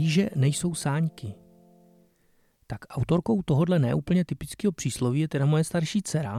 Líže nejsou sáňky. Tak autorkou tohodle neúplně typického přísloví je teda moje starší dcera.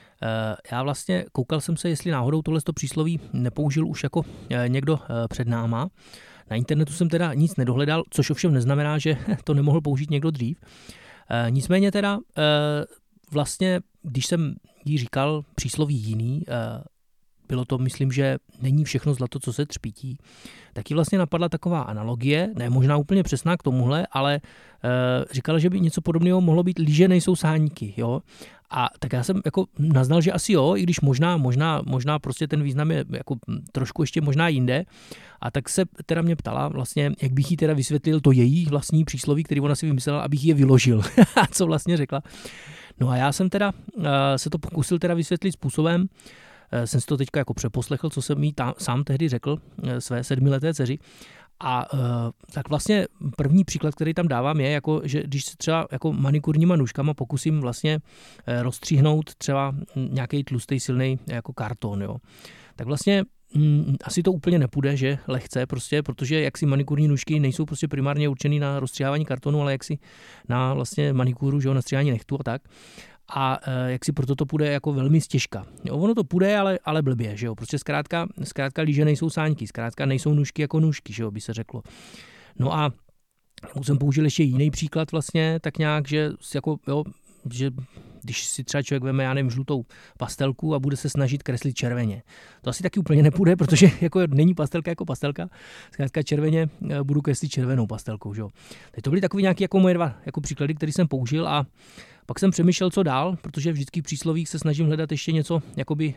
Já vlastně koukal jsem se, jestli náhodou tohleto přísloví nepoužil už jako někdo před náma. Na internetu jsem teda nic nedohledal, což ovšem neznamená, že to nemohl použít někdo dřív. Nicméně teda vlastně, když jsem jí říkal přísloví jiný, bylo to, myslím, že není všechno zlato, co se třpítí, tak jí vlastně napadla taková analogie, ne možná úplně přesná k tomuhle, ale říkala, že by něco podobného mohlo být líže nejsou sáňky, jo. A tak já jsem jako naznal, že asi jo, i když možná prostě ten význam je jako trošku ještě možná jinde. A tak se teda mě ptala vlastně, jak bych jí teda vysvětlil to její vlastní přísloví, který ona si vymyslela, abych je vyložil. A co vlastně řekla. No a já jsem teda se to pokusil teda vysvětlit způsobem, jsem si to teďka jako přeposlechl, co jsem jí sám tehdy řekl své 7leté dceři. A tak vlastně první příklad, který tam dávám, je, jako, že když se třeba jako manikurníma nůžkama pokusím vlastně rozstříhnout třeba nějaký tlustý silný jako karton, jo. Tak vlastně asi to úplně nepůjde, že lehce prostě, protože jaksi manikurní nůžky nejsou prostě primárně určený na rozstřihávání kartonu, ale jaksi na vlastně manikúru, že jo, na stříhání nechtu a tak. A jak si proto to půjde jako velmi stěžka. Jo, ono to půjde, ale blbě, že jo. Prostě zkrátka líže nejsou sáňky, zkrátka nejsou nůžky jako nůžky, že jo, by se řeklo. No a už jsem použil ještě jiný příklad vlastně, tak nějak, že jako, jo, že když si třeba člověk veme, já nevím, žlutou pastelku a bude se snažit kreslit červeně. To asi taky úplně nepůjde, protože jako není pastelka jako pastelka. Zkrátka červeně budu kreslit červenou pastelkou, že jo. Tak to byly takový nějaký jako moje dva jako příklady, které jsem použil a pak jsem přemýšlel, co dál, protože vždycky v příslovích se snažím hledat ještě něco, jakoby,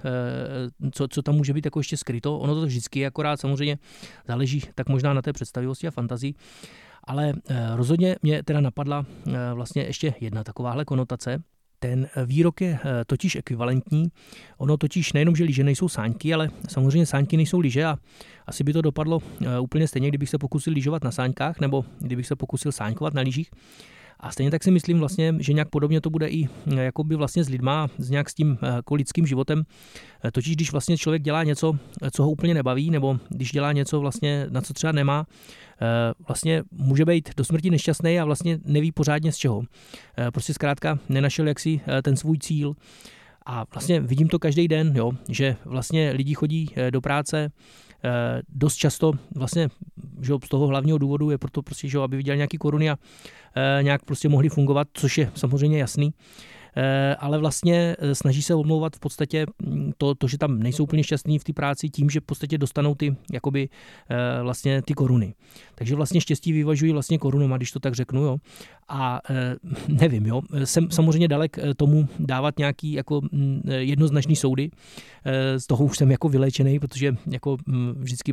co tam může být jako ještě skryto. Ono to vždycky je, akorát samozřejmě záleží tak možná na té představivosti a fantazii. Ale rozhodně mě teda napadla vlastně ještě jedna takováhle konotace. Ten výrok je totiž ekvivalentní. Ono totiž nejenom, že líže nejsou sáňky, ale samozřejmě sáňky nejsou líže a asi by to dopadlo úplně stejně, kdybych se pokusil lyžovat na sáňkách nebo kdybych se pokusil sáňkovat na lyžích. A stejně tak si myslím vlastně, že nějak podobně to bude i jakoby vlastně s lidma, s nějak s tím jako lidským životem. Totiž když vlastně člověk dělá něco, co ho úplně nebaví, nebo když dělá něco vlastně, na co třeba nemá, vlastně může být do smrti nešťastný a vlastně neví pořádně z čeho. Prostě zkrátka nenašel jaksi ten svůj cíl. A vlastně vidím to každý den, jo, že vlastně lidi chodí do práce dost často vlastně, že z toho hlavního důvodu je proto prostě, že aby viděli nějaký koruny a nějak prostě mohli fungovat, což je samozřejmě jasný. Ale vlastně snaží se omlouvat v podstatě to, že tam nejsou úplně šťastní v té práci tím, že v podstatě dostanou ty, jakoby, vlastně ty koruny. Takže vlastně štěstí vyvažují vlastně korunama, když to tak řeknu, jo. A nevím, jo, jsem samozřejmě dalek tomu dávat nějaký jako jednoznačný soudy. Z toho už jsem jako vyléčený, protože jako vždycky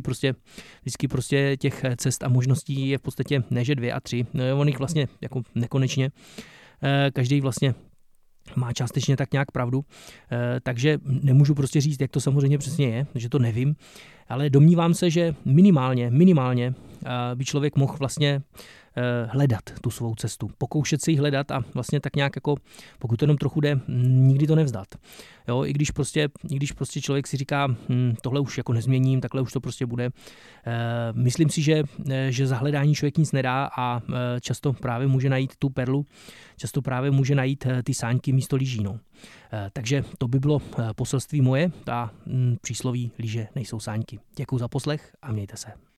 prostě těch cest a možností je v podstatě ne, že 2 a 3. On jich vlastně jako nekonečně. Každý vlastně má částečně tak nějak pravdu, takže nemůžu prostě říct, jak to samozřejmě přesně je, že to nevím, ale domnívám se, že minimálně by člověk mohl vlastně hledat tu svou cestu, pokoušet se ji hledat a vlastně tak nějak jako, pokud to jenom trochu jde, nikdy to nevzdat. Jo, i když prostě člověk si říká, tohle už jako nezměním, takhle už to prostě bude. Myslím si, že za hledání člověk nic nedá a často právě může najít tu perlu, často právě může najít ty sáňky místo lyží. No. Takže to by bylo poselství moje a přísloví líže nejsou sáňky. Děkuji za poslech a mějte se.